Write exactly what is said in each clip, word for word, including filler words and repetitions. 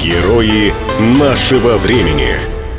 Герои нашего времени.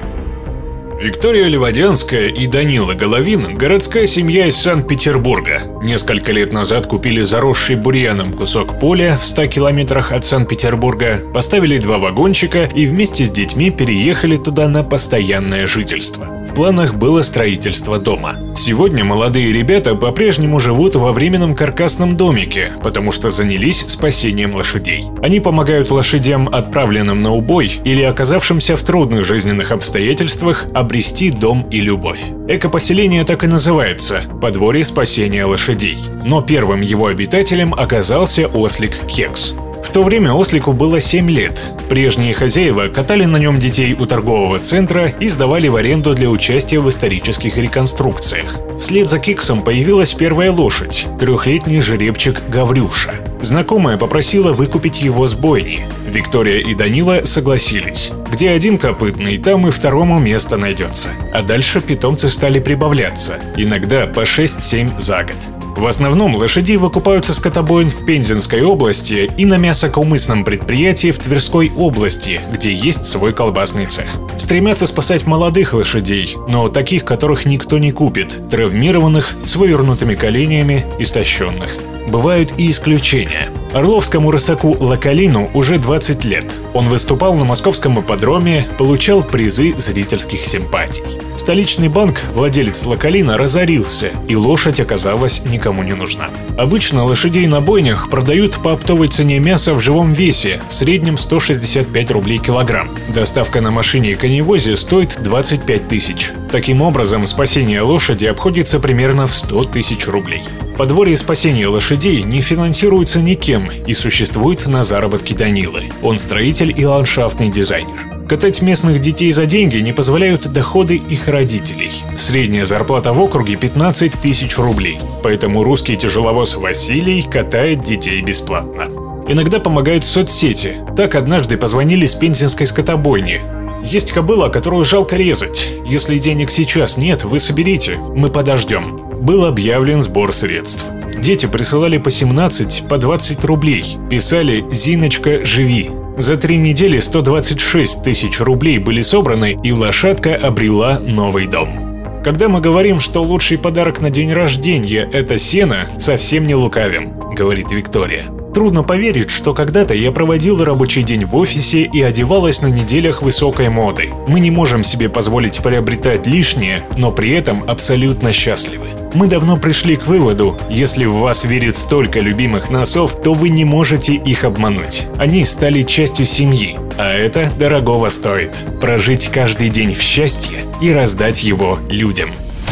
Виктория Ливадянская и Данила Головин – городская семья из Санкт-Петербурга. Несколько лет назад купили заросший бурьяном кусок поля в ста километрах от Санкт-Петербурга, поставили два вагончика и вместе с детьми переехали туда на постоянное жительство. В планах было строительство дома. Сегодня молодые ребята по-прежнему живут во временном каркасном домике, потому что занялись спасением лошадей. Они помогают лошадям, отправленным на убой или оказавшимся в трудных жизненных обстоятельствах, обрести дом и любовь. Экопоселение так и называется – «Подворье спасения лошадей». Но первым его обитателем оказался ослик Кекс. В то время ослику было семь лет. Прежние хозяева катали на нем детей у торгового центра и сдавали в аренду для участия в исторических реконструкциях. Вслед за Кексом появилась первая лошадь – трехлетний жеребчик Гаврюша. Знакомая попросила выкупить его с бойни. Виктория и Данила согласились. Где один копытный, там и второму место найдется. А дальше питомцы стали прибавляться, иногда по шесть-семь за год. В основном лошади выкупаются с скотобоин в Пензенской области и на мясокомысном предприятии в Тверской области, где есть свой колбасный цех. Стремятся спасать молодых лошадей, но таких, которых никто не купит, травмированных, с вывернутыми коленями, истощенных. Бывают и исключения. Орловскому рысаку Локалину уже двадцать лет. Он выступал на московском ипподроме, получал призы зрительских симпатий. Столичный банк, владелец Локалина, разорился, и лошадь оказалась никому не нужна. Обычно лошадей на бойнях продают по оптовой цене мяса в живом весе, в среднем сто шестьдесят пять рублей килограмм. Доставка на машине и коневозе стоит двадцать пять тысяч. Таким образом, спасение лошади обходится примерно в сто тысяч рублей. Подворье спасения лошадей не финансируется никем и существует на заработки Данилы. Он строитель и ландшафтный дизайнер. Катать местных детей за деньги не позволяют доходы их родителей. Средняя зарплата в округе пятнадцать тысяч рублей. Поэтому русский тяжеловоз Василий катает детей бесплатно. Иногда помогают соцсети. Так однажды позвонили с пензенской скотобойни. Есть кобыла, которую жалко резать. Если денег сейчас нет, вы соберите, мы подождем. Был объявлен сбор средств. Дети присылали по семнадцать, по двадцать рублей. Писали «Зиночка, живи». За три недели сто двадцать шесть тысяч рублей были собраны, и лошадка обрела новый дом. Когда мы говорим, что лучший подарок на день рождения – это сено, совсем не лукавим, говорит Виктория. Трудно поверить, что когда-то я проводила рабочий день в офисе и одевалась на неделях высокой моды. Мы не можем себе позволить приобретать лишнее, но при этом абсолютно счастливы. Мы давно пришли к выводу, если в вас верит столько любимых носов, то вы не можете их обмануть. Они стали частью семьи, а это дорогого стоит. Прожить каждый день в счастье и раздать его людям.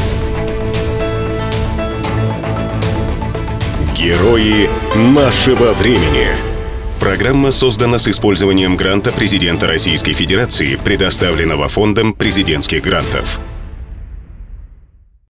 Герои нашего времени. Программа создана с использованием гранта президента Российской Федерации, предоставленного Фондом президентских грантов.